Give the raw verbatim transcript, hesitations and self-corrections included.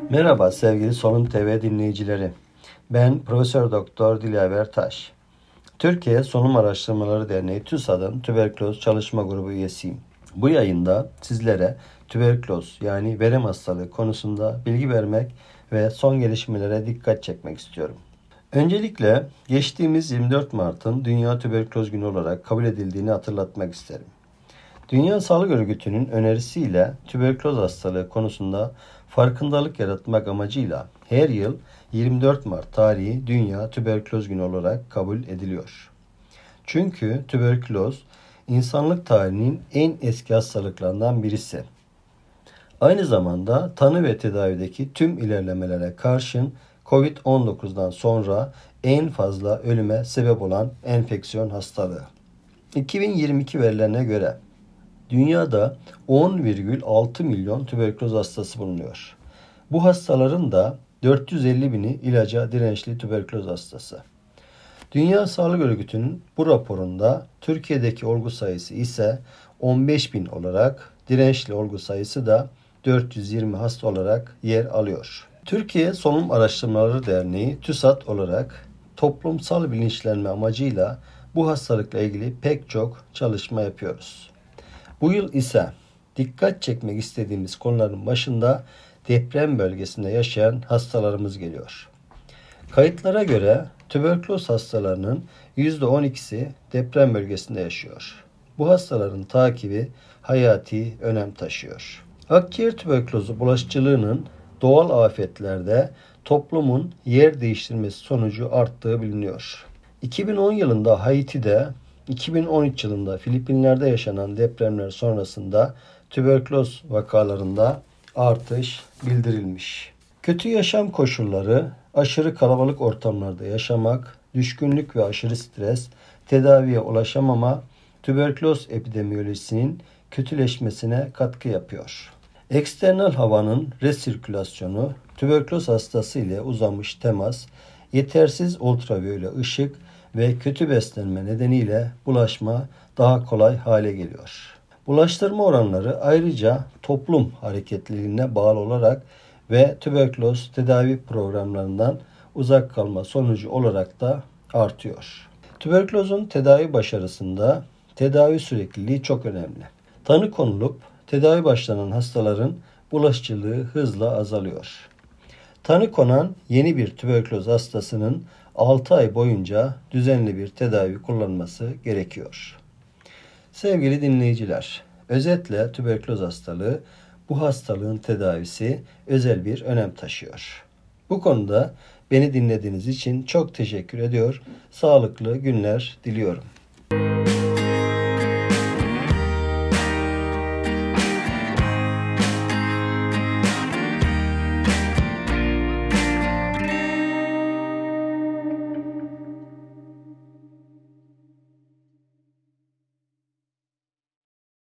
Merhaba sevgili Solun T V dinleyicileri. Ben Profesör Doktor Dilaver Taş. Türkiye Solunum Araştırmaları Derneği TÜSAD'ın tüberküloz çalışma grubu üyesiyim. Bu yayında sizlere tüberküloz yani verem hastalığı konusunda bilgi vermek ve son gelişmelere dikkat çekmek istiyorum. Öncelikle geçtiğimiz yirmi dört Mart'ın Dünya Tüberküloz Günü olarak kabul edildiğini hatırlatmak isterim. Dünya Sağlık Örgütü'nün önerisiyle tüberküloz hastalığı konusunda farkındalık yaratmak amacıyla her yıl yirmi dört Mart tarihi Dünya Tüberküloz Günü olarak kabul ediliyor. Çünkü tüberküloz insanlık tarihinin en eski hastalıklarından birisi. Aynı zamanda tanı ve tedavideki tüm ilerlemelere karşın kovid on dokuzdan sonra en fazla ölüme sebep olan enfeksiyon hastalığı. iki bin yirmi iki verilerine göre dünyada on virgül altı milyon tüberküloz hastası bulunuyor. Bu hastaların da dört yüz elli bini ilaca dirençli tüberküloz hastası. Dünya Sağlık Örgütü'nün bu raporunda Türkiye'deki olgu sayısı ise on beş bin olarak, dirençli olgu sayısı da dört yüz yirmi hasta olarak yer alıyor. Türkiye Solunum Araştırmaları Derneği TÜSAD olarak toplumsal bilinçlenme amacıyla bu hastalıkla ilgili pek çok çalışma yapıyoruz. Bu yıl ise dikkat çekmek istediğimiz konuların başında deprem bölgesinde yaşayan hastalarımız geliyor. Kayıtlara göre tüberküloz hastalarının yüzde on ikisi deprem bölgesinde yaşıyor. Bu hastaların takibi hayati önem taşıyor. Akciğer tüberkülozu bulaşıcılığının doğal afetlerde toplumun yer değiştirmesi sonucu arttığı biliniyor. iki bin on yılında Haiti'de, iki bin on üç yılında Filipinler'de yaşanan depremler sonrasında tüberküloz vakalarında artış bildirilmiş. Kötü yaşam koşulları, aşırı kalabalık ortamlarda yaşamak, düşkünlük ve aşırı stres, tedaviye ulaşamama, tüberküloz epidemiyolojisinin kötüleşmesine katkı yapıyor. Eksternal havanın resirkülasyonu, tüberküloz hastası ile uzamış temas, yetersiz ultraviyole ışık ve kötü beslenme nedeniyle bulaşma daha kolay hale geliyor. Bulaştırma oranları ayrıca toplum hareketliliğine bağlı olarak ve tüberküloz tedavi programlarından uzak kalma sonucu olarak da artıyor. Tüberkülozun tedavi başarısında tedavi sürekliliği çok önemli. Tanı konulup tedavi başlanan hastaların bulaşıcılığı hızla azalıyor. Tanı konan yeni bir tüberküloz hastasının altı ay boyunca düzenli bir tedavi kullanması gerekiyor. Sevgili dinleyiciler, özetle tüberküloz hastalığı, bu hastalığın tedavisi özel bir önem taşıyor. Bu konuda beni dinlediğiniz için çok teşekkür ediyor. Sağlıklı günler diliyorum.